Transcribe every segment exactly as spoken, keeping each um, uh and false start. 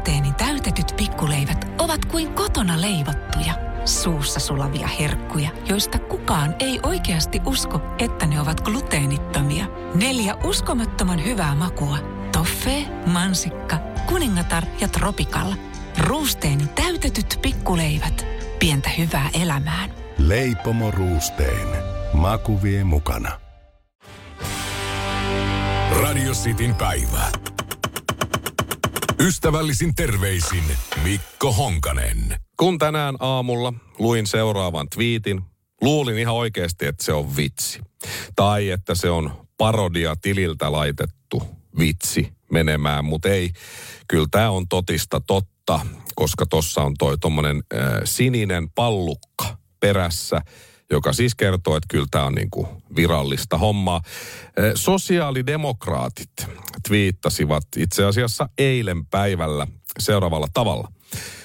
Ruusteeni täytetyt pikkuleivät ovat kuin kotona leivottuja. Suussa sulavia herkkuja, joista kukaan ei oikeasti usko, että ne ovat gluteenittomia. Neljä uskomattoman hyvää makua. Toffee, mansikka, kuningatar ja tropikalla. Ruusteeni täytetyt pikkuleivät. Pientä hyvää elämään. Leipomo Ruusteen. Maku vie mukana. Radio Cityn päivä. Ystävällisin terveisin Mikko Honkanen. Kun tänään aamulla luin seuraavan twiitin, luulin ihan oikeasti, että se on vitsi. Tai että se on parodia tililtä laitettu vitsi menemään, mutta ei. Kyllä tämä on totista totta, koska tossa on toi tommonen äh, sininen pallukka perässä, joka siis kertoo, että kyllä tämä on niinku virallista hommaa. Sosiaalidemokraatit twiittasivat itse asiassa eilen päivällä seuraavalla tavalla.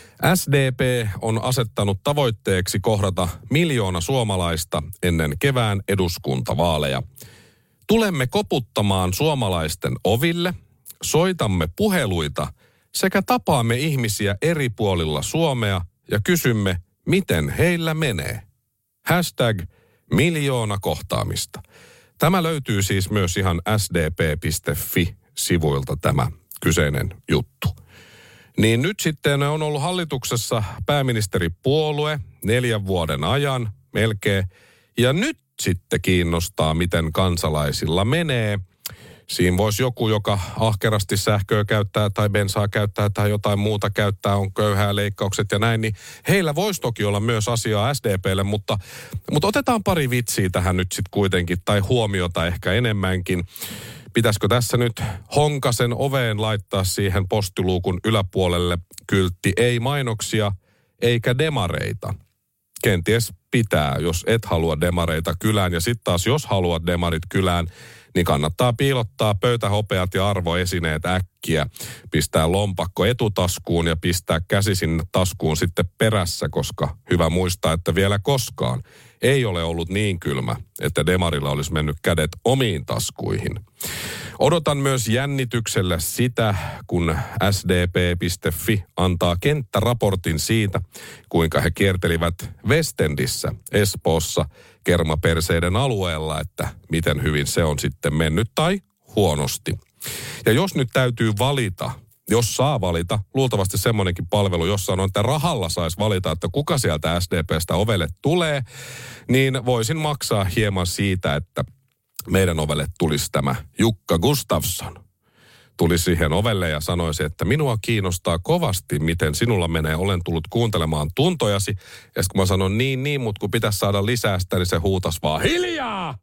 S D P on asettanut tavoitteeksi kohdata miljoona suomalaista ennen kevään eduskuntavaaleja. Tulemme koputtamaan suomalaisten oville, soitamme puheluita sekä tapaamme ihmisiä eri puolilla Suomea ja kysymme, miten heillä menee. Hashtag miljoona kohtaamista. Tämä löytyy siis myös ihan s d p piste f i-sivuilta tämä kyseinen juttu. Niin nyt sitten on ollut hallituksessa pääministeripuolue neljän vuoden ajan melkein. Ja nyt sitten kiinnostaa, miten kansalaisilla menee. Siinä voisi joku, joka ahkerasti sähköä käyttää tai bensaa käyttää tai jotain muuta käyttää, on köyhää leikkaukset ja näin, niin heillä voisi toki olla myös asiaa S D P:lle, mutta, mutta otetaan pari vitsiä tähän nyt sitten kuitenkin, tai huomiota ehkä enemmänkin. Pitäisikö tässä nyt Honkasen oveen laittaa siihen postiluukun yläpuolelle kyltti, ei mainoksia eikä demareita? Kenties pitää, jos et halua demareita kylään, ja sitten taas jos haluat demarit kylään, niin kannattaa piilottaa pöytähopeat ja arvoesineet äkkiä, pistää lompakko etutaskuun ja pistää käsi sinne taskuun sitten perässä, koska hyvä muistaa, että vielä koskaan ei ole ollut niin kylmä, että demarilla olisi mennyt kädet omiin taskuihin. Odotan myös jännityksellä sitä, kun s d p piste f i antaa kenttäraportin siitä, kuinka he kiertelivät Westendissä Espoossa kermaperseiden alueella, että miten hyvin se on sitten mennyt tai huonosti. Ja jos nyt täytyy valita, jos saa valita, luultavasti semmoinenkin palvelu, jossa on, että rahalla saisi valita, että kuka sieltä S D P:stä ovelle tulee, niin voisin maksaa hieman siitä, että meidän ovelle tulisi tämä Jukka Gustafsson. Tuli siihen ovelle ja sanoisi, että minua kiinnostaa kovasti, miten sinulla menee. Olen tullut kuuntelemaan tuntojasi. Ja sitten kun mä sanon niin, niin, mutta kun pitäisi saada lisää sitä, niin se huutas vaan hiljaa!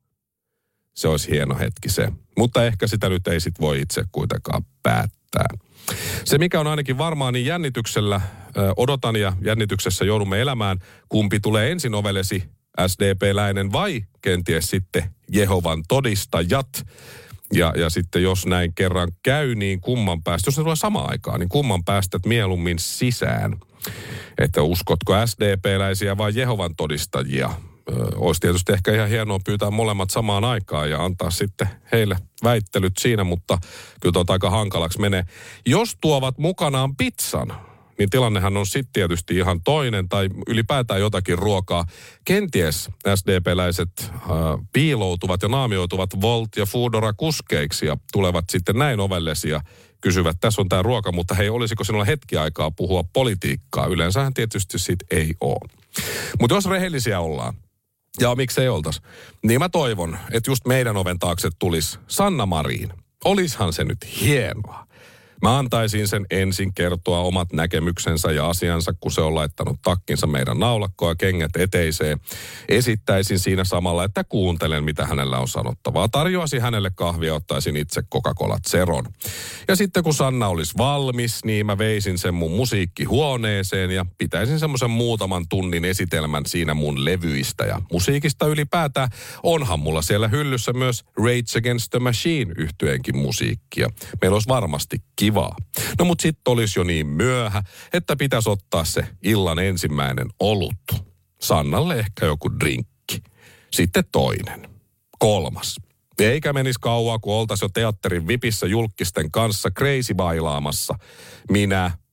Se olisi hieno hetki se. Mutta ehkä sitä nyt ei sit voi itse kuitenkaan päättää. Se, mikä on ainakin varmaan, niin jännityksellä ö, odotan ja jännityksessä joudumme elämään. Kumpi tulee ensin ovellesi, S D P-läinen vai kenties sitten Jehovan todistajat? Ja, ja sitten jos näin kerran käy, niin kumman päästä, jos ne tulee samaan aikaan, niin kumman päästät mieluummin sisään? Että uskotko S D P-läisiä vai Jehovan todistajia? Ö, olisi tietysti ehkä ihan hienoa pyytää molemmat samaan aikaan ja antaa sitten heille väittelyt siinä, mutta kyllä tuota aika hankalaksi menee. Jos tuovat mukanaan pizzan, niin tilannehan on sitten tietysti ihan toinen tai ylipäätään jotakin ruokaa. Kenties S D P-läiset äh, piiloutuvat ja naamioituvat Volt- ja Foodora-kuskeiksi ja tulevat sitten näin ovellesi ja kysyvät, tässä on tämä ruoka, mutta hei, olisiko sinulla hetki aikaa puhua politiikkaa? Yleensähän tietysti sit ei ole. Mutta jos rehellisiä ollaan, ja miksei oltaisi, niin mä toivon, että just meidän oven taakse tulisi Sanna Marin. Olishan se nyt hienoa. Mä antaisin sen ensin kertoa omat näkemyksensä ja asiansa, kun se on laittanut takkinsa meidän naulakkoa ja kengät eteiseen. Esittäisin siinä samalla, että kuuntelen, mitä hänellä on sanottavaa. Tarjoaisin hänelle kahvia, ottaisin itse Coca-Cola Zeron. Ja sitten kun Sanna olisi valmis, niin mä veisin sen mun musiikkihuoneeseen ja pitäisin semmoisen muutaman tunnin esitelmän siinä mun levyistä ja musiikista ylipäätään. Onhan mulla siellä hyllyssä myös Rage Against the Machine -yhtyeenkin musiikkia. Meillä olisi varmasti kiva. No mut sitten olisi jo niin myöhä, että pitäisi ottaa se illan ensimmäinen olut. Sannalle ehkä joku drinkki. Sitten toinen. Kolmas. Eikä menisi kauaa, kun oltaisiin jo teatterin vipissä julkisten kanssa crazy bailaamassa. Minä,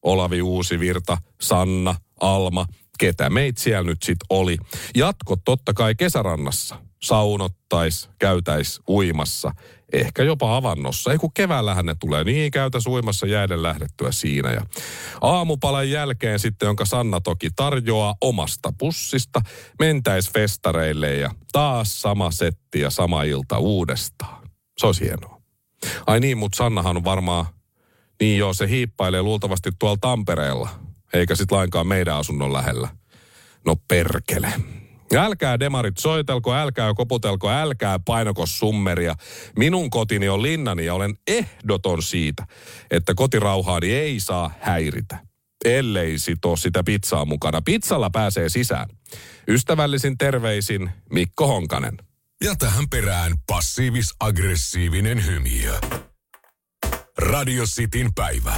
Olavi Uusivirta, Sanna, Alma, ketä meitä siellä nyt sit oli. Jatko totta kai kesärannassa. Saunottais, käytäis uimassa, ehkä jopa avannossa. Ei kun keväällähän ne tulee, niin käytäis uimassa jäiden lähdettyä siinä. Ja aamupalan jälkeen sitten, jonka Sanna toki tarjoaa omasta pussista, mentäis festareille ja taas sama setti ja sama ilta uudestaan. Se olisi hienoa. Ai niin, mutta Sannahan on varmaan, niin joo, se hiippailee luultavasti tuolla Tampereella, eikä sit lainkaan meidän asunnon lähellä. No perkele. Ja älkää demarit soitelko, älkää koputelko, älkää painoko summeria. Minun kotini on linnani ja olen ehdoton siitä, että kotirauhaani ei saa häiritä. Ellei sit ole sitä pizzaa mukana. Pizzalla pääsee sisään. Ystävällisin terveisin Mikko Honkanen. Ja tähän perään passiivis-aggressiivinen hymiö. Radio Cityn päivä.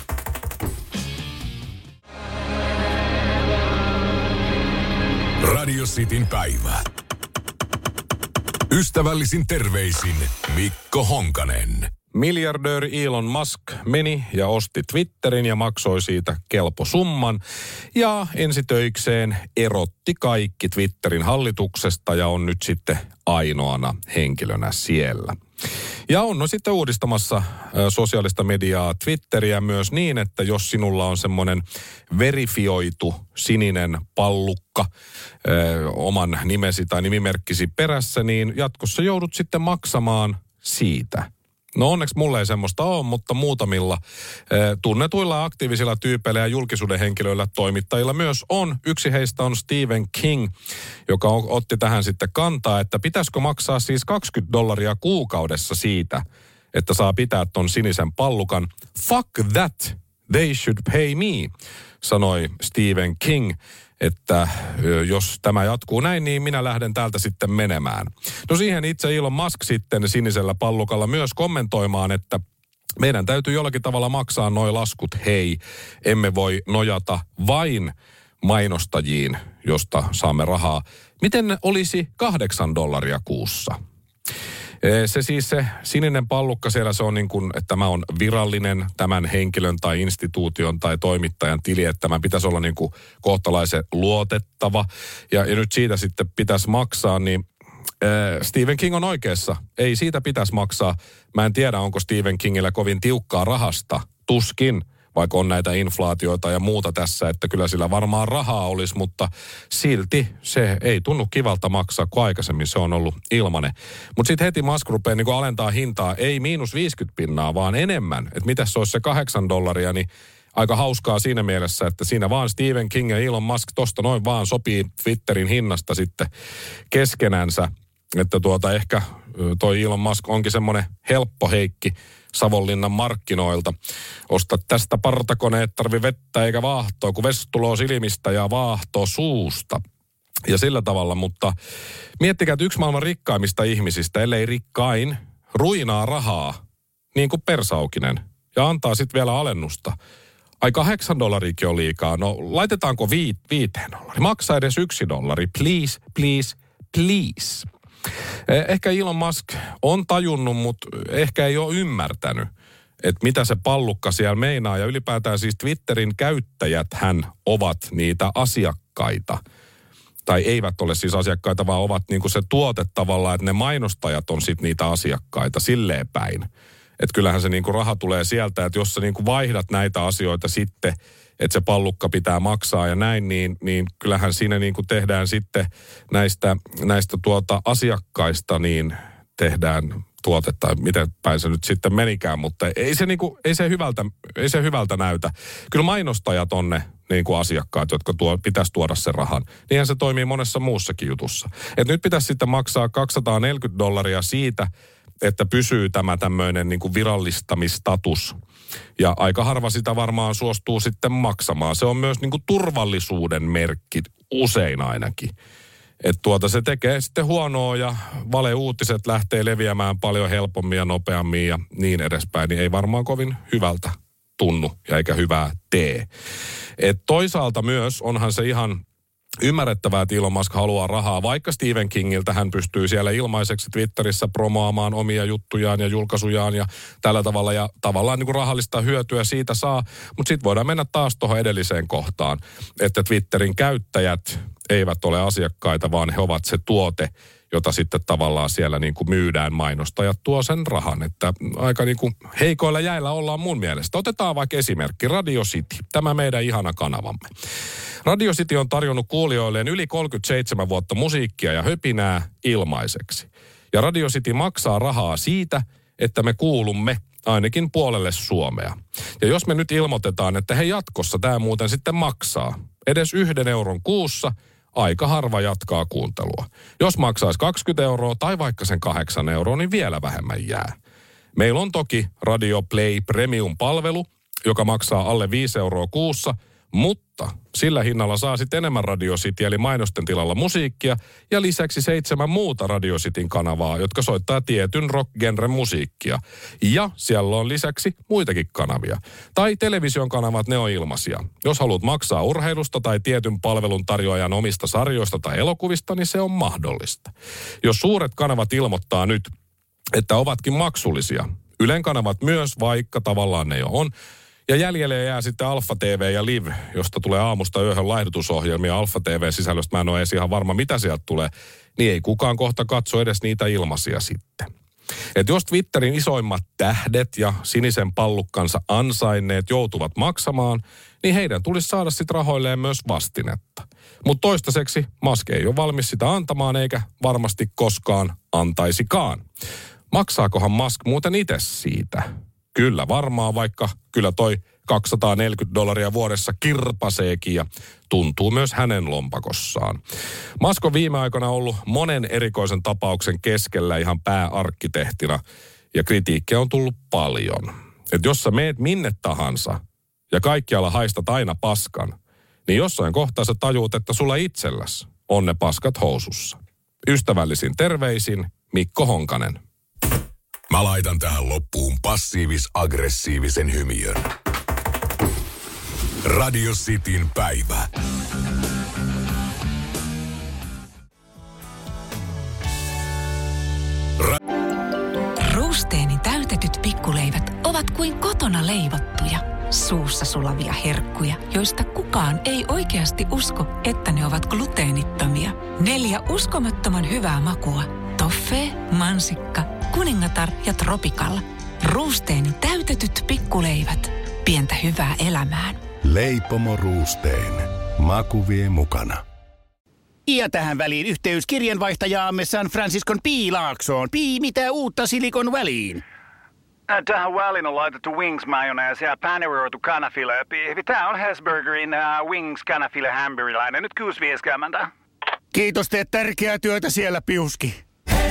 Radio Cityn päivä. Ystävällisin terveisin Mikko Honkanen. Miljardööri Elon Musk meni ja osti Twitterin ja maksoi siitä kelpo summan. Ja ensitöikseen erotti kaikki Twitterin hallituksesta ja on nyt sitten ainoana henkilönä siellä. Ja on no sitten uudistamassa ä, sosiaalista mediaa Twitteriä myös niin, että jos sinulla on semmoinen verifioitu sininen pallukka ä, oman nimesi tai nimimerkkisi perässä, niin jatkossa joudut sitten maksamaan siitä. No onneksi mulla ei semmoista ole, mutta muutamilla e, tunnetuilla aktiivisilla tyypeillä ja julkisuuden henkilöillä toimittajilla myös on. Yksi heistä on Stephen King, joka on, otti tähän sitten kantaa, että pitäisikö maksaa siis kaksikymmentä dollaria kuukaudessa siitä, että saa pitää ton sinisen pallukan. Fuck that, they should pay me, sanoi Stephen King. Että jos tämä jatkuu näin, niin minä lähden täältä sitten menemään. No siihen itse Elon Musk sitten sinisellä pallukalla myös kommentoimaan, että meidän täytyy jollakin tavalla maksaa noi laskut. Hei, emme voi nojata vain mainostajiin, josta saamme rahaa. Miten olisi kahdeksan dollaria kuussa? Se siis se sininen pallukka siellä, se on niin kuin, että tämä on virallinen tämän henkilön tai instituution tai toimittajan tili, että tämä pitäisi olla niin kuin kohtalaisen luotettava. Ja, ja nyt siitä sitten pitäisi maksaa, niin äh, Stephen King on oikeassa. Ei siitä pitäisi maksaa. Mä en tiedä, onko Stephen Kingillä kovin tiukkaa rahasta. Tuskin, vaikka on näitä inflaatioita ja muuta tässä, että kyllä sillä varmaan rahaa olisi, mutta silti se ei tunnu kivalta maksaa, kun aikaisemmin se on ollut ilmanen. Mutta sitten heti Musk rupeaa niin alentaa hintaa, ei miinus viisikymmentä pinnaa, vaan enemmän. Että mitä se olisi se kahdeksan dollaria, niin aika hauskaa siinä mielessä, että siinä vaan Stephen King ja Elon Musk tosta noin vaan sopii Twitterin hinnasta sitten keskenänsä. Että tuota ehkä toi Elon Musk onkin semmoinen helppo heikki Savonlinnan markkinoilta. Osta tästä partakoneet, tarvi vettä eikä vaahtoa, kun vestuloo silmistä ja vaahto suusta. Ja sillä tavalla, mutta miettikää, että yksi maailman rikkaimmista ihmisistä, ellei rikkain, ruinaa rahaa, niin kuin Persaukinen, ja antaa sitten vielä alennusta. Ai kahdeksan dollariikin on liikaa, no laitetaanko viit, viiteen dollari? Maksaa edes yksi dollari, please, please, please. Ehkä Elon Musk on tajunnut, mutta ehkä ei ole ymmärtänyt, että mitä se pallukka siellä meinaa. Ja ylipäätään siis Twitterin käyttäjät hän ovat niitä asiakkaita. Tai eivät ole siis asiakkaita, vaan ovat niinku se tuote tavallaan, että ne mainostajat on sitten niitä asiakkaita silleen päin. Että kyllähän se niinku raha tulee sieltä, että jos sä niinku vaihdat näitä asioita sitten, että se pallukka pitää maksaa ja näin, niin, niin kyllähän siinä niin kuin tehdään sitten näistä, näistä tuota asiakkaista, niin tehdään tuotetta, miten päin se nyt sitten menikään, mutta ei se, niin kuin, ei se, hyvältä, ei se hyvältä näytä. Kyllä mainostajat on ne niin kuin asiakkaat, jotka tuo, pitäisi tuoda sen rahan. Niinhän se toimii monessa muussakin jutussa. Et nyt pitäisi sitten maksaa kaksisataaneljäkymmentä dollaria siitä, että pysyy tämä tämmöinen niin kuin virallistamistatus. Ja aika harva sitä varmaan suostuu sitten maksamaan. Se on myös niin kuin turvallisuuden merkki, usein ainakin. Että tuota se tekee sitten huonoa ja valeuutiset lähtee leviämään paljon helpommin ja nopeammin ja niin edespäin. Niin ei varmaan kovin hyvältä tunnu ja eikä hyvää tee. Et toisaalta myös onhan se ihan Ymmärrettävää, että Elon Musk haluaa rahaa, vaikka Stephen Kingiltä hän pystyy siellä ilmaiseksi Twitterissä promoamaan omia juttujaan ja julkaisujaan ja tällä tavalla. Ja tavallaan niin kuin rahallista hyötyä siitä saa, mutta sitten voidaan mennä taas tuohon edelliseen kohtaan, että Twitterin käyttäjät eivät ole asiakkaita, vaan he ovat se tuote, jota sitten tavallaan siellä niin kuin myydään, mainostajat tuo sen rahan. Että aika niin kuin heikoilla jäillä ollaan mun mielestä. Otetaan vaikka esimerkki Radio City, tämä meidän ihana kanavamme. Radio City on tarjonnut kuulijoilleen yli kolmekymmentäseitsemän vuotta musiikkia ja höpinää ilmaiseksi. Ja Radio City maksaa rahaa siitä, että me kuulumme ainakin puolelle Suomea. Ja jos me nyt ilmoitetaan, että he jatkossa tämä muuten sitten maksaa edes yhden euron kuussa, aika harva jatkaa kuuntelua. Jos maksaisi kaksikymmentä euroa tai vaikka sen kahdeksan euroa, niin vielä vähemmän jää. Meillä on toki Radio Play Premium-palvelu, joka maksaa alle viisi euroa kuussa, mutta sillä hinnalla saa sitten enemmän Radio City, eli mainosten tilalla musiikkia, ja lisäksi seitsemän muuta Radio Cityn kanavaa, jotka soittaa tietyn rock-genren musiikkia. Ja siellä on lisäksi muitakin kanavia. Tai television kanavat, ne on ilmaisia. Jos haluat maksaa urheilusta tai tietyn palvelun tarjoajan omista sarjoista tai elokuvista, niin se on mahdollista. Jos suuret kanavat ilmoittaa nyt, että ovatkin maksullisia, Ylen kanavat myös, vaikka tavallaan ne jo on, ja jäljelle jää sitten Alfa T V ja Live, josta tulee aamusta yöhön laihdutusohjelmia. Alfa T V-sisällöstä mä en ole edes ihan varma, mitä sieltä tulee. Niin ei kukaan kohta katso edes niitä ilmaisia sitten. Et jos Twitterin isoimmat tähdet ja sinisen pallukkansa ansainneet joutuvat maksamaan, niin heidän tulisi saada sitten rahoilleen myös vastinetta. Mutta toistaiseksi Musk ei ole valmis sitä antamaan, eikä varmasti koskaan antaisikaan. Maksaakohan Musk muuten itse siitä? Kyllä varmaan, vaikka kyllä toi kaksisataaneljäkymmentä dollaria vuodessa kirpaseekin ja tuntuu myös hänen lompakossaan. Musk on viime aikoina ollut monen erikoisen tapauksen keskellä ihan pääarkkitehtina ja kritiikkiä on tullut paljon. Että jos sä meet minne tahansa ja kaikkialla haistat aina paskan, niin jossain kohtaa sä tajuut, että sulla itselläs on ne paskat housussa. Ystävällisin terveisin Mikko Honkanen. Mä laitan tähän loppuun passiivis-aggressiivisen hymiön. Radio Cityn päivä. Ra- Ruusteeni täytetyt pikkuleivät ovat kuin kotona leivottuja, suussa sulavia herkkuja, joista kukaan ei oikeasti usko, että ne ovat gluteenittomia. Neljä uskomattoman hyvää makua. Toffee, mansikka, kuningatar ja tropikalla. Ruusteeni täytetyt pikkuleivät. Pientä hyvää elämään. Leipomo Ruusteen. Maku vie mukana. Ja tähän väliin yhteys kirjanvaihtajaamme San Franciscon P. Laaksoon. P. Mitä uutta Silikon väliin? Tähän väliin on laitettu wings mayonnaise ja paneroitu kanafila. Tämä on Hesburgerin uh, wings kanafila hamburilainen. Nyt kuusi viisikymmentä. Kiitos, teet tärkeää työtä siellä, Piuski.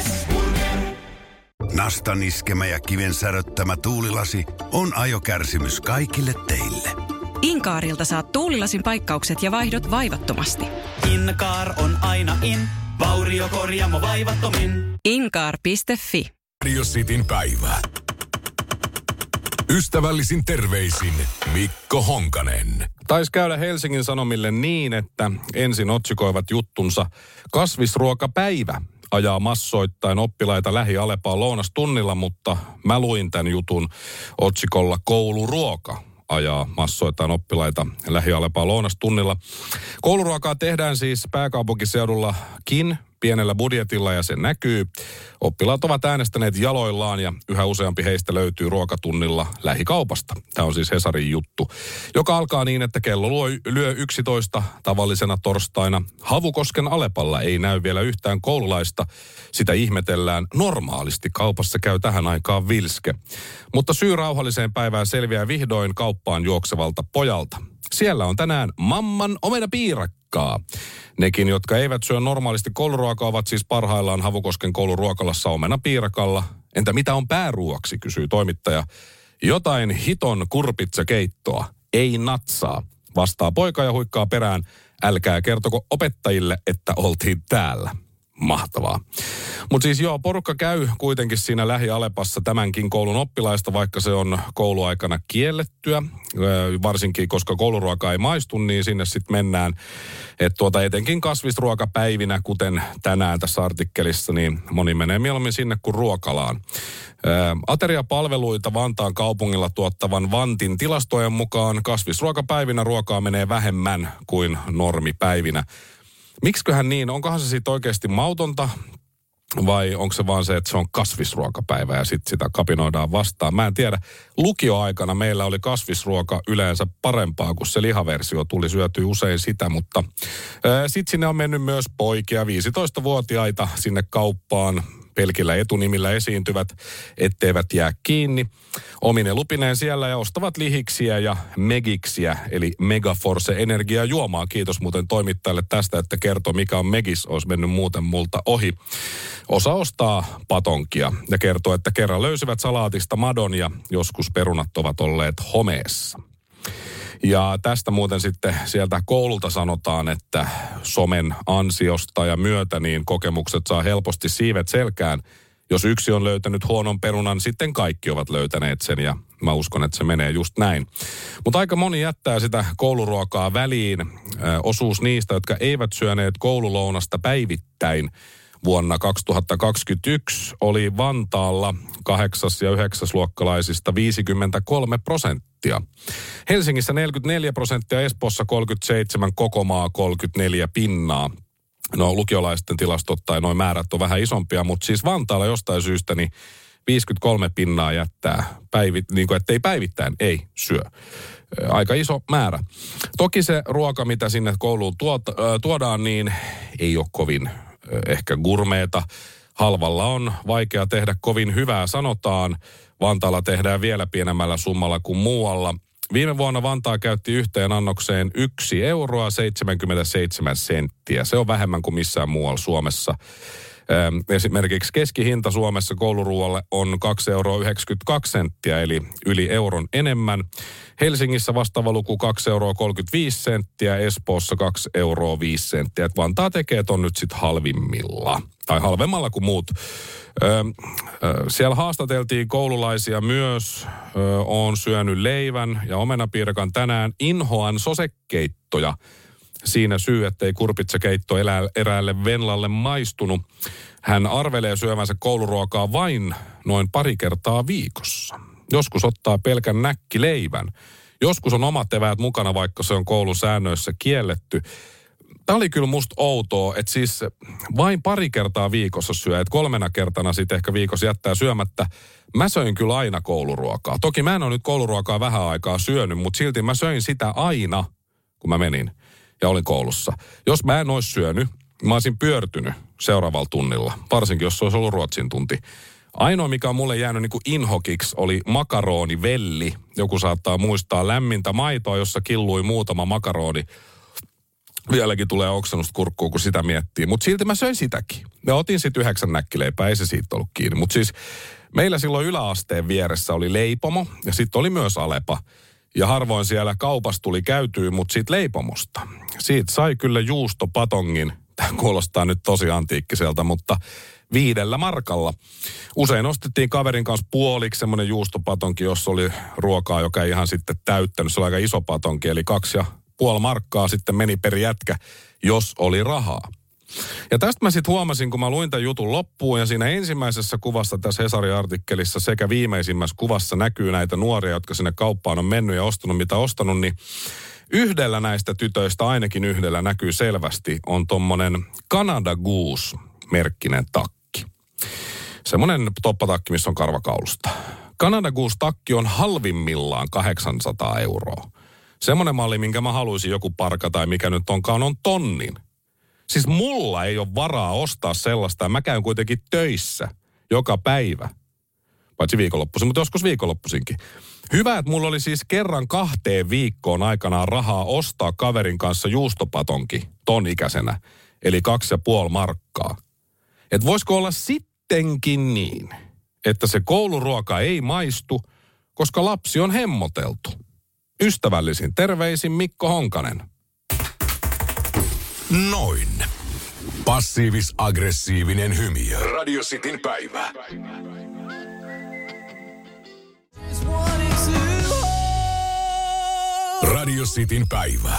Nastan iskemä ja kiven säröttämä tuulilasi on ajokärsimys kaikille teille. Inkaarilta saat tuulilasin paikkaukset ja vaihdot vaivattomasti. Inkaar on aina in, vauriokorjaamo vaivattomin. Inkaar piste fi. Radio Cityn päivä. Ystävällisin terveisin Mikko Honkanen. Taisi käydä Helsingin Sanomille niin, että ensin otsikoivat juttunsa kasvisruokapäivä ajaa massoittain oppilaita lähi-Alepaan lounastunnilla, mutta mä luin tämän jutun otsikolla kouluruoka ajaa massoittain oppilaita lähi-Alepaan lounastunnilla. Kouluruokaa tehdään siis pääkaupunkiseudullakin pienellä budjetilla ja se näkyy. Oppilaat ovat äänestäneet jaloillaan ja yhä useampi heistä löytyy ruokatunnilla lähikaupasta. Tämä on siis Hesarin juttu, joka alkaa niin, että kello lyö yksitoista tavallisena torstaina. Havukosken Alepalla ei näy vielä yhtään koululaista. Sitä ihmetellään. Normaalisti kaupassa käy tähän aikaan vilske. Mutta syy rauhalliseen päivään selviää vihdoin kauppaan juoksevalta pojalta. Siellä on tänään mamman omenapiirakkaa. Nekin, jotka eivät syö normaalisti kouluruokaa, ovat siis parhaillaan Havukosken kouluruokalassa omenapiirakalla. Entä mitä on pääruoaksi, kysyy toimittaja. Jotain hiton kurpitsakeittoa, ei natsaa, vastaa poika ja huikkaa perään. Älkää kertoko opettajille, että oltiin täällä. Mahtavaa. Mutta siis joo, porukka käy kuitenkin siinä Lähi-Alepassa tämänkin koulun oppilaista, vaikka se on kouluaikana kiellettyä. Varsinkin, koska kouluruoka ei maistu, niin sinne sitten mennään. Että tuota etenkin kasvisruokapäivinä, kuten tänään tässä artikkelissa, niin moni menee mieluummin sinne kuin ruokalaan. Ää, ateriapalveluita Vantaan kaupungilla tuottavan Vantin tilastojen mukaan kasvisruokapäivinä ruokaa menee vähemmän kuin normipäivinä. Miksiköhän niin? Onkohan se siitä oikeasti mautonta vai onko se vaan se, että se on kasvisruokapäivä ja sitten sitä kapinoidaan vastaan? Mä en tiedä. Lukioaikana meillä oli kasvisruoka yleensä parempaa, kun se lihaversio tuli, syötyä usein sitä, mutta sitten sinne on mennyt myös poikia, viisitoistavuotiaita sinne kauppaan. Pelkillä etunimillä esiintyvät, etteivät jää kiinni. Omine lupineen siellä ja ostavat lihiksiä ja megiksiä, eli Megaforce energiajuomaa. Kiitos muuten toimittajalle tästä, että kertoo mikä on megis, olisi mennyt muuten multa ohi. Osa ostaa patonkia ja kertoo, että kerran löysivät salaatista madon ja joskus perunat ovat olleet homeessa. Ja tästä muuten sitten sieltä koululta sanotaan, että somen ansiosta ja myötä niin kokemukset saa helposti siivet selkään. Jos yksi on löytänyt huonon perunan, sitten kaikki ovat löytäneet sen ja mä uskon, että se menee just näin. Mutta aika moni jättää sitä kouluruokaa väliin. Ö, osuus niistä, jotka eivät syöneet koululounasta päivittäin vuonna kaksituhattakaksikymmentäyksi oli Vantaalla kahdeksas- ja yhdeksäsluokkalaisista viisikymmentäkolme prosenttia. Helsingissä neljäkymmentäneljä prosenttia, Espoossa kolmekymmentäseitsemän, koko maa kolmekymmentäneljä pinnaa. No lukiolaisten tilastot tai noin määrät on vähän isompia, mutta siis Vantaalla jostain syystä niin viisikymmentäkolme pinnaa jättää, päivi, niin kuin ettei päivittäin, ei syö. Aika iso määrä. Toki se ruoka, mitä sinne kouluun tuota, tuodaan, niin ei ole kovin ehkä gurmeeta. Halvalla on vaikea tehdä kovin hyvää, sanotaan. Vantaalla tehdään vielä pienemmällä summalla kuin muualla. Viime vuonna Vantaa käytti yhteen annokseen yksi euroa seitsemänkymmentäseitsemän senttiä. Se on vähemmän kuin missään muualla Suomessa. Esimerkiksi keskihinta Suomessa kouluruualle on kaksi euroa yhdeksänkymmentäkaksi senttiä, eli yli euron enemmän. Helsingissä vastaava luku kaksi euroa kolmekymmentäviisi senttiä, Espoossa kaksi euroa viisi senttiä. Et Vantaa tekee ton nyt sit halvimmilla, tai halvemmalla kuin muut. Öö, öö, siellä haastateltiin koululaisia myös. Öö, oon syönyt leivän ja omenapiirakan tänään. Inhoan sosekeittoja. Siinä syy, ettei kurpitsakeitto eräälle Venlalle maistunut. Hän arvelee syömänsä kouluruokaa vain noin pari kertaa viikossa. Joskus ottaa pelkän näkkileivän. Joskus on omat eväät mukana, vaikka se on koulun säännöissä kielletty. Tämä oli kyllä musta outoa, että siis vain pari kertaa viikossa syö, että kolmena kertana sitten ehkä viikossa jättää syömättä. Mä söin kyllä aina kouluruokaa. Toki mä en ole nyt kouluruokaa vähän aikaa syönyt, mutta silti mä söin sitä aina, kun mä menin ja olin koulussa. Jos mä en olisi syönyt, mä olisin pyörtynyt seuraavalla tunnilla, varsinkin jos se olisi ollut ruotsin tunti. Ainoa, mikä on mulle jäänyt niin kuin inhokiksi, oli makaroonivelli. Joku saattaa muistaa lämmintä maitoa, jossa killui muutama makarooni. Vieläkin tulee oksennusta kurkkuun, kun sitä miettii. Mutta silti mä söin sitäkin. Ja otin sitten yhdeksän näkkileipää, ei se siitä ollut kiinni. Mutta siis meillä silloin yläasteen vieressä oli leipomo ja sitten oli myös Alepa. Ja harvoin siellä kaupassa tuli käytyä, mutta siitä leipomosta. Siitä sai kyllä juustopatongin. Tämä kuulostaa nyt tosi antiikkiselta, mutta viidellä markalla. Usein ostettiin kaverin kanssa puoliksi semmoinen juustopatonki, jossa oli ruokaa, joka ei ihan sitten täyttänyt. Se oli aika iso patonki, eli kaksi ja puoli markkaa sitten meni per jätkä, jos oli rahaa. Ja tästä mä sitten huomasin, kun mä luin tämän jutun loppuun, ja siinä ensimmäisessä kuvassa tässä Hesari-artikkelissa sekä viimeisimmässä kuvassa näkyy näitä nuoria, jotka sinne kauppaan on mennyt ja ostanut mitä ostanut, niin yhdellä näistä tytöistä, ainakin yhdellä näkyy selvästi, on tommonen Canada Goose-merkkinen takki. Semmoinen toppatakki, missä on karvakaulusta. Canada Goose-takki on halvimmillaan kahdeksansataa euroa. Semmoinen malli, minkä mä haluaisin joku parka tai mikä nyt onkaan, on tonnin. Siis mulla ei ole varaa ostaa sellaista, ja mä käyn kuitenkin töissä joka päivä. Paitsi viikonloppuisin, mutta joskus viikonloppuisinkin. Hyvä, että mulla oli siis kerran kahteen viikkoon aikanaan rahaa ostaa kaverin kanssa juustopatonki ton ikäisenä. Eli kaksi ja puoli markkaa. Että voisiko olla sittenkin niin, että se kouluruoka ei maistu, koska lapsi on hemmoteltu. Ystävällisin terveisin Mikko Honkanen. Noin. Passiivis-aggressiivinen hymiö. Radio Cityn päivä. Radio Cityn päivä.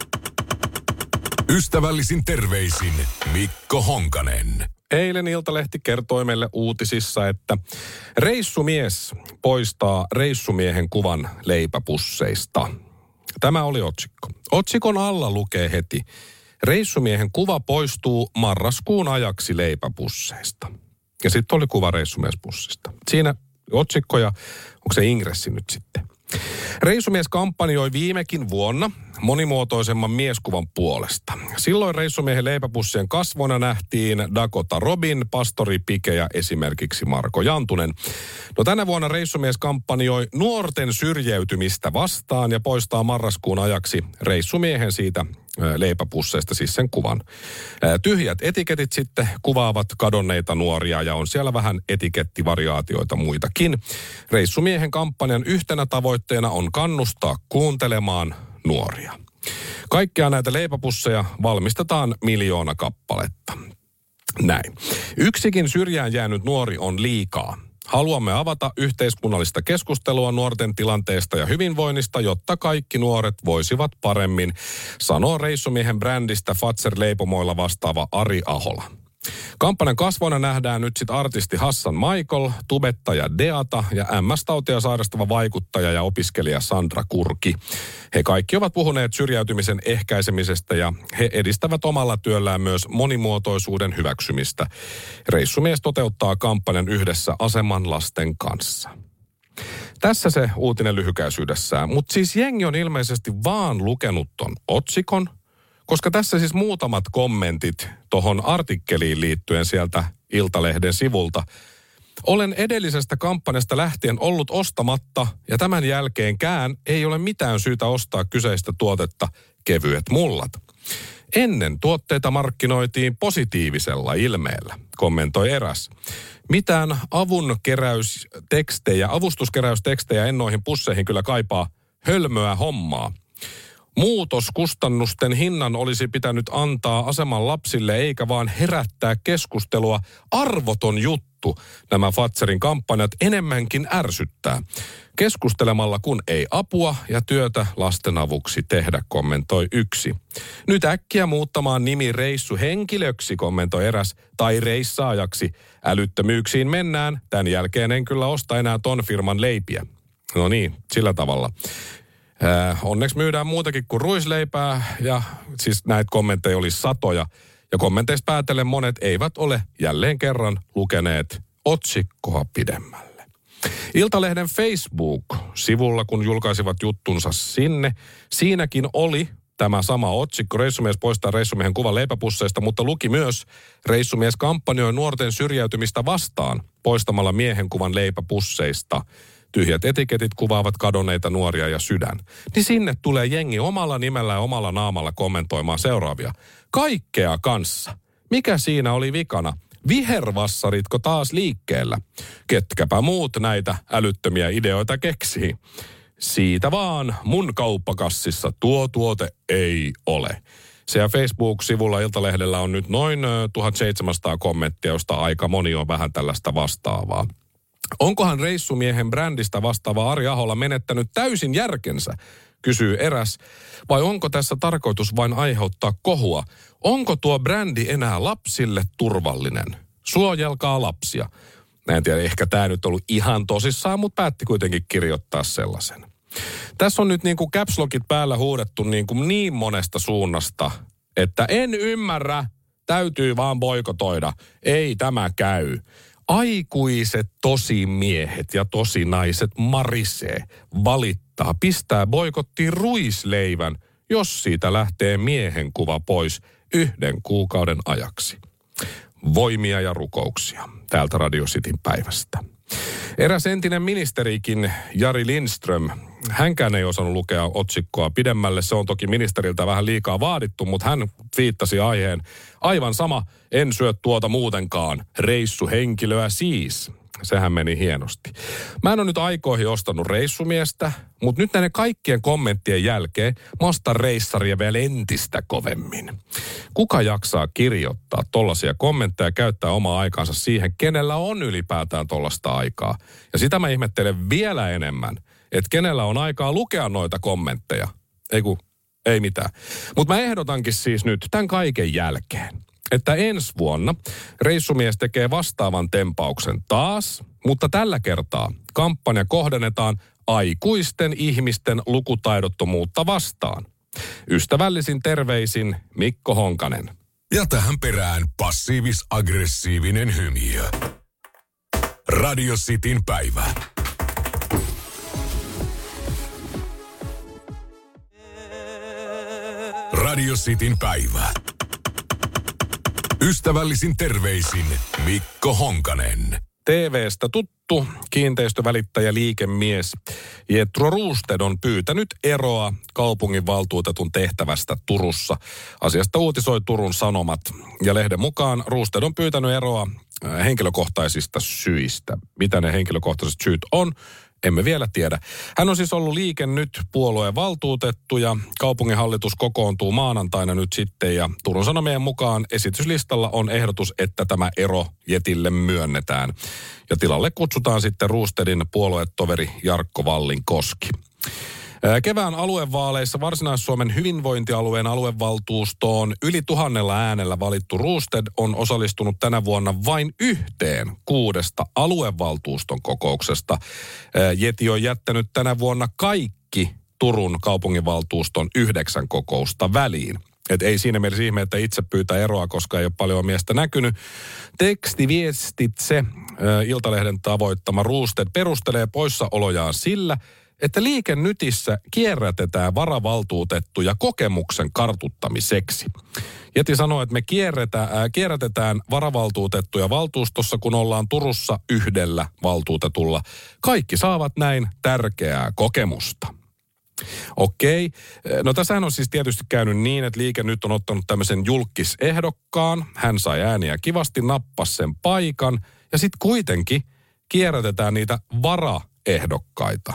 Ystävällisin terveisin Mikko Honkanen. Eilen Iltalehti kertoi meille uutisissa, että reissumies poistaa reissumiehen kuvan leipäpusseista. Tämä oli otsikko. Otsikon alla lukee heti: reissumiehen kuva poistuu marraskuun ajaksi leipäpusseista. Ja sitten oli kuva reissumiespussista. Siinä otsikko ja onko se ingressi nyt sitten? Reissumies kampanjoi viimekin vuonna monimuotoisemman mieskuvan puolesta. Silloin reissumiehen leipäpussien kasvona nähtiin Dakota Robin, Pastori Pike ja esimerkiksi Marko Jantunen. No tänä vuonna reissumies kampanjoi nuorten syrjäytymistä vastaan ja poistaa marraskuun ajaksi reissumiehen siitä leipäpusseista, siis sen kuvan. Tyhjät etiketit sitten kuvaavat kadonneita nuoria ja on siellä vähän etikettivariaatioita muitakin. Reissumiehen kampanjan yhtenä tavoitteena on kannustaa kuuntelemaan nuoria. Kaikkia näitä leipäpusseja valmistetaan miljoona kappaletta. Näin. Yksikin syrjään jäänyt nuori on liikaa. Haluamme avata yhteiskunnallista keskustelua nuorten tilanteesta ja hyvinvoinnista, jotta kaikki nuoret voisivat paremmin, sanoo reissumiehen brändistä Fazer-leipomoilla vastaava Ari Ahola. Kampanjan kasvona nähdään nyt sitten artisti Hassan Michael, tubettaja Deata ja M S-tautia sairastava vaikuttaja ja opiskelija Sandra Kurki. He kaikki ovat puhuneet syrjäytymisen ehkäisemisestä ja he edistävät omalla työllään myös monimuotoisuuden hyväksymistä. Reissumies toteuttaa kampanjan yhdessä Aseman lasten kanssa. Tässä se uutinen lyhykäisyydessään, mutta siis jengi on ilmeisesti vaan lukenut ton otsikon, koska tässä siis muutamat kommentit tohon artikkeliin liittyen sieltä Iltalehden sivulta. Olen edellisestä kampanjasta lähtien ollut ostamatta ja tämän jälkeenkään ei ole mitään syytä ostaa kyseistä tuotetta kevyet mullat. Ennen tuotteita markkinoitiin positiivisella ilmeellä, kommentoi eräs. Mitään avunkeräystekstejä, avustuskeräystekstejä en noihin pusseihin kyllä kaipaa, hölmöä hommaa. Muutoskustannusten hinnan olisi pitänyt antaa aseman lapsille eikä vaan herättää keskustelua. Arvoton juttu nämä Fazerin kampanjat enemmänkin ärsyttää. Keskustelemalla kun ei apua ja työtä lasten avuksi tehdä, kommentoi yksi. Nyt äkkiä muuttamaan nimi reissuhenkilöksi, kommentoi eräs, tai reissaajaksi. Älyttömyyksiin mennään, tämän jälkeen en kyllä osta enää ton firman leipiä. No niin, sillä tavalla. Äh, onneksi myydään muutakin kuin ruisleipää ja siis näitä kommentteja oli satoja. Ja kommenteista päätellen monet eivät ole jälleen kerran lukeneet otsikkoa pidemmälle. Iltalehden Facebook-sivulla, kun julkaisivat juttunsa sinne, siinäkin oli tämä sama otsikko. Reissumies poistaa reissumiehen kuvan leipäpusseista, mutta luki myös reissumies kampanjoi nuorten syrjäytymistä vastaan poistamalla miehen kuvan leipäpusseista. Tyhjät etiketit kuvaavat kadonneita nuoria ja sydän. Niin sinne tulee jengi omalla nimellä ja omalla naamalla kommentoimaan seuraavia. Kaikkea kanssa. Mikä siinä oli vikana? Vihervassaritko taas liikkeellä? Ketkäpä muut näitä älyttömiä ideoita keksii? Siitä vaan mun kauppakassissa tuo tuote ei ole. Siellä Facebook-sivulla Iltalehdellä on nyt noin tuhatseitsemänsataa kommenttia, josta aika moni on vähän tällaista vastaavaa. Onkohan reissumiehen brändistä vastaava Ari Ahola menettänyt täysin järkensä, kysyy eräs. Vai onko tässä tarkoitus vain aiheuttaa kohua? Onko tuo brändi enää lapsille turvallinen? Suojelkaa lapsia. Mä en tiedä, ehkä tämä nyt ollut ihan tosissaan, mutta päätti kuitenkin kirjoittaa sellaisen. Tässä on nyt niin kuin caps lockit päällä huudettu niin, kuin niin monesta suunnasta, että en ymmärrä, täytyy vaan boikotoida. Ei tämä käy. Aikuiset tosimiehet ja tosinaiset marisee, valittaa, pistää boikottiin ruisleivän, jos siitä lähtee miehen kuva pois yhden kuukauden ajaksi. Voimia ja rukouksia täältä Radio Cityn päivästä. Eräs entinen ministerikin, Jari Lindström, hänkään ei osannut lukea otsikkoa pidemmälle. Se on toki ministeriltä vähän liikaa vaadittu, mutta hän viittasi aiheen. Aivan sama, en syö tuota muutenkaan. Reissuhenkilöä siis. sehän meni hienosti. Mä en ole nyt aikoihin ostanut reissumiestä, mutta nyt näiden kaikkien kommenttien jälkeen mä ostan reissaria vielä entistä kovemmin. Kuka jaksaa kirjoittaa tollaisia kommentteja ja käyttää omaa aikaansa siihen, kenellä on ylipäätään tollasta aikaa? Ja sitä mä ihmettelen vielä enemmän, että kenellä on aikaa lukea noita kommentteja. Ei kun, ei mitään. Mutta mä ehdotankin siis nyt tämän kaiken jälkeen, että ensi vuonna reissumies tekee vastaavan tempauksen taas, mutta tällä kertaa kampanja kohdennetaan aikuisten ihmisten lukutaidottomuutta vastaan. Ystävällisin terveisin Mikko Honkanen. Ja tähän perään passiivis-aggressiivinen hymiö. Radio Cityn päivä. Radio Cityn päivä. Ystävällisin terveisin Mikko Honkanen. T V:stä tuttu kiinteistövälittäjä liikemies Jethro Roosted on pyytänyt eroa kaupunginvaltuutetun tehtävästä Turussa. Asiasta uutisoi Turun Sanomat ja lehden mukaan Roosted on pyytänyt eroa henkilökohtaisista syistä. Mitä ne henkilökohtaiset syyt on? Emme vielä tiedä. Hän on siis ollut Liike Nyt -puolueen valtuutettu ja kaupunginhallitus kokoontuu maanantaina nyt sitten ja Turun Sanomien mukaan esityslistalla on ehdotus, että tämä ero Jetille myönnetään. Ja tilalle kutsutaan sitten Roostedin puoluetoveri Jarkko Vallinkoski. Kevään aluevaaleissa Varsinais-Suomen hyvinvointialueen aluevaltuustoon yli tuhannella äänellä valittu Roosted on osallistunut tänä vuonna vain yhteen kuudesta aluevaltuuston kokouksesta. Jeti on jättänyt tänä vuonna kaikki Turun kaupunginvaltuuston yhdeksän kokousta väliin. Et ei siinä mielessä ihme, että itse pyytää eroa, koska ei ole paljon miestä näkynyt. Tekstiviestitse Iltalehden tavoittama Roosted perustelee poissaolojaan sillä, että Liike Nytissä kierrätetään varavaltuutettuja kokemuksen kartuttamiseksi. Jeti sanoo, että me kierrätetään, ää, kierrätetään varavaltuutettuja valtuustossa, kun ollaan Turussa yhdellä valtuutetulla. Kaikki saavat näin tärkeää kokemusta. Okei. No tässähän on siis tietysti käynyt niin, että Liike Nyt on ottanut tämmöisen julkisehdokkaan. Hän sai ääniä kivasti, nappasi sen paikan ja sitten kuitenkin kierrätetään niitä varaehdokkaita.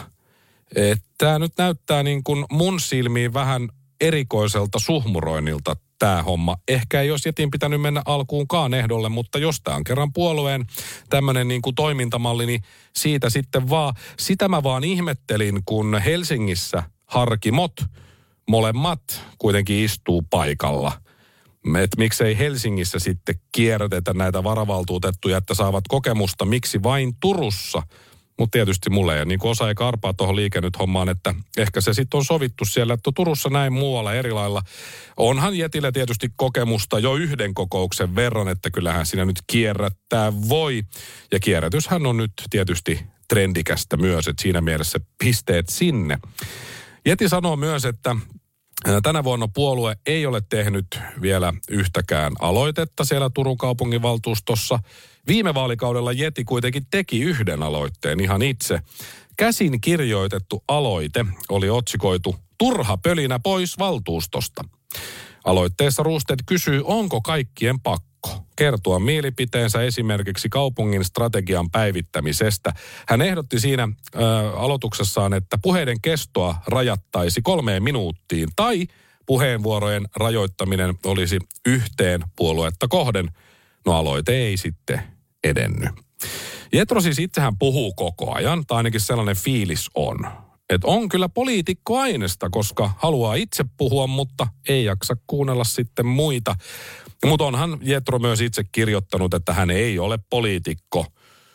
Tämä nyt näyttää niin kuin mun silmiin vähän erikoiselta suhmuroinnilta tämä homma. Ehkä ei olisi Jetin pitänyt mennä alkuunkaan ehdolle, mutta jos tämä on kerran puolueen tämmöinen niin kuin toimintamalli, niin siitä sitten vaan. Sitä mä vaan ihmettelin, kun Helsingissä harkimot molemmat kuitenkin istuu paikalla. Että miksei Helsingissä sitten kierrätetä näitä varavaltuutettuja, että saavat kokemusta, miksi vain Turussa. Mutta tietysti mulle ei niin kuin osa eikä arpaa tuohon Liike Nyt -hommaan, että ehkä se sitten on sovittu siellä, että Turussa näin muualla eri lailla. Onhan Jetillä tietysti kokemusta jo yhden kokouksen verran, että kyllähän siinä nyt kierrättää voi. Ja kierrätyshän on nyt tietysti trendikästä myös, että siinä mielessä pisteet sinne. Jeti sanoo myös, että tänä vuonna puolue ei ole tehnyt vielä yhtäkään aloitetta siellä Turun kaupunginvaltuustossa. Viime vaalikaudella Jeti kuitenkin teki yhden aloitteen ihan itse. Käsin kirjoitettu aloite oli otsikoitu "Turha pölinä pois valtuustosta". Aloitteessa Roosted kysyy, onko kaikkien pakko kertoa mielipiteensä esimerkiksi kaupungin strategian päivittämisestä. Hän ehdotti siinä ö, aloituksessaan, että puheiden kestoa rajattaisi kolmeen minuuttiin tai puheenvuorojen rajoittaminen olisi yhteen puoluetta kohden. No aloite ei sitten edennyt. Jethro siis itsehän puhuu koko ajan, tai ainakin sellainen fiilis on. Että on kyllä poliitikkoainesta, koska haluaa itse puhua, mutta ei jaksa kuunnella sitten muita. Mutta onhan Jethro myös itse kirjoittanut, että hän ei ole poliitikko.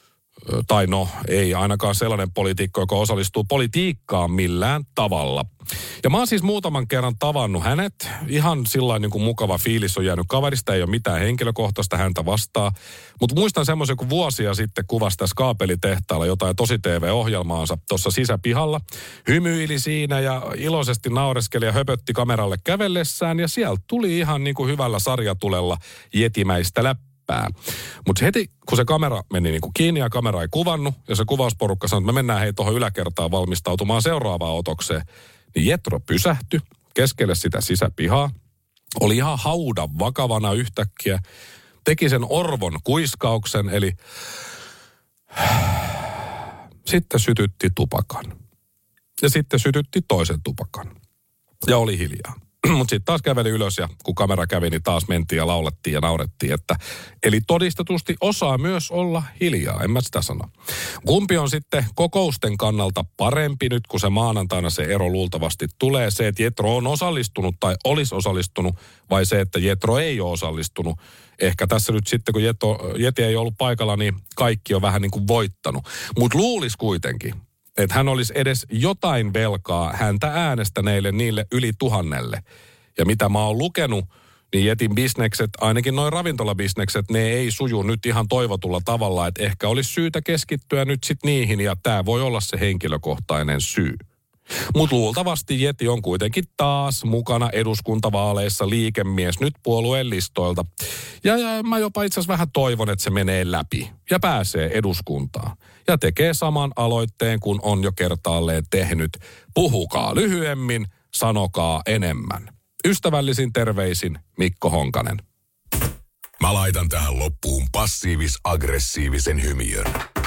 Tai no, ei ainakaan sellainen poliitikko, joka osallistuu politiikkaan millään tavalla. Ja mä oon siis muutaman kerran tavannut hänet. Ihan sillain niin kuin mukava fiilis on jäänyt kaverista, ei ole mitään henkilökohtaista häntä vastaa. Mutta muistan semmoisen, kun vuosia sitten kuvasi tässä kaapelitehtaalla jotain Tosi T V-ohjelmaansa tuossa sisäpihalla. Hymyili siinä ja iloisesti naureskeli ja höpötti kameralle kävellessään. Ja sieltä tuli ihan niin kuin hyvällä sarjatulella jetimäistä läppää. Mutta heti, kun se kamera meni niin kuin kiinni ja kamera ei kuvannut, ja se kuvausporukka sanoi, että me mennään hei tuohon yläkertaan valmistautumaan seuraavaan otokseen, niin Jethro pysähtyi keskelle sitä sisäpihaa, oli ihan haudan vakavana yhtäkkiä, teki sen orvon kuiskauksen, eli Sitten sytytti tupakan. Ja sitten sytytti toisen tupakan. Ja oli hiljaa. Mutta sitten taas käveli ylös ja kun kamera kävi, niin taas mentiin ja laulettiin ja naurettiin. Että, eli todistetusti osaa myös olla hiljaa, en mä sitä sano. Kumpi on sitten kokousten kannalta parempi nyt, kun se maanantaina se ero luultavasti tulee? Se, että Jetro on osallistunut tai olisi osallistunut, vai se, että Jetro ei ole osallistunut? Ehkä tässä nyt sitten, kun Jeto, Jeti ei ollut paikalla, niin kaikki on vähän niin kuin voittanut. Mutta luulisi kuitenkin, että hän olisi edes jotain velkaa häntä äänestäneille niille yli tuhannelle. Ja mitä mä oon lukenut, niin Jetin bisnekset, ainakin noin ravintolabisnekset, ne ei suju nyt ihan toivotulla tavalla, että ehkä olisi syytä keskittyä nyt sitten niihin, ja tämä voi olla se henkilökohtainen syy. Mutta luultavasti Jeti on kuitenkin taas mukana eduskuntavaaleissa liikemies nyt puolueen listoilta. Ja, ja mä jopa itse asiassa vähän toivon, että se menee läpi ja pääsee eduskuntaan. Ja tekee saman aloitteen, kun on jo kertaalleen tehnyt. Puhukaa lyhyemmin, sanokaa enemmän. Ystävällisin terveisin Mikko Honkanen. Mä laitan tähän loppuun passiivis-aggressiivisen hymiön.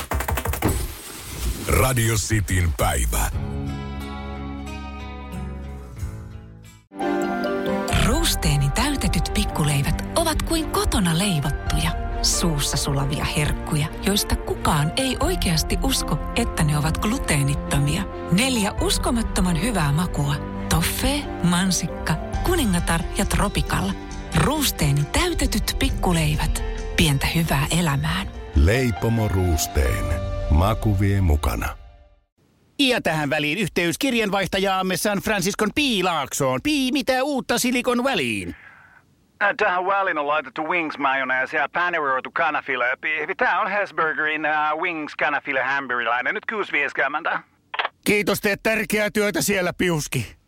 Radio Cityn päivä. Ruusteenin täytetyt pikkuleivät ovat kuin kotona leivottuja, suussa sulavia herkkuja, joista kukaan ei oikeasti usko, että ne ovat gluteenittomia. Neljä uskomattoman hyvää makua. Toffee, mansikka, kuningatar ja tropikalla. Ruusteenin täytetyt pikkuleivät. Pientä hyvää elämään. Leipomo Ruusteen. Maku vie mukana. Ja tähän väliin yhteys kirjanvaihtajaamme San Franciscon Piilaaksoon. Pii, mitä uutta Silicon Valleyin? Tähän väliin on laitettu wings mayonnaise ja paneroitu kanafila. Tämä on Hesburgerin uh, wings kanafila hamburilainen. Nyt kuusi viisikymmentä. Kiitos, teet tärkeää työtä siellä, Piuski.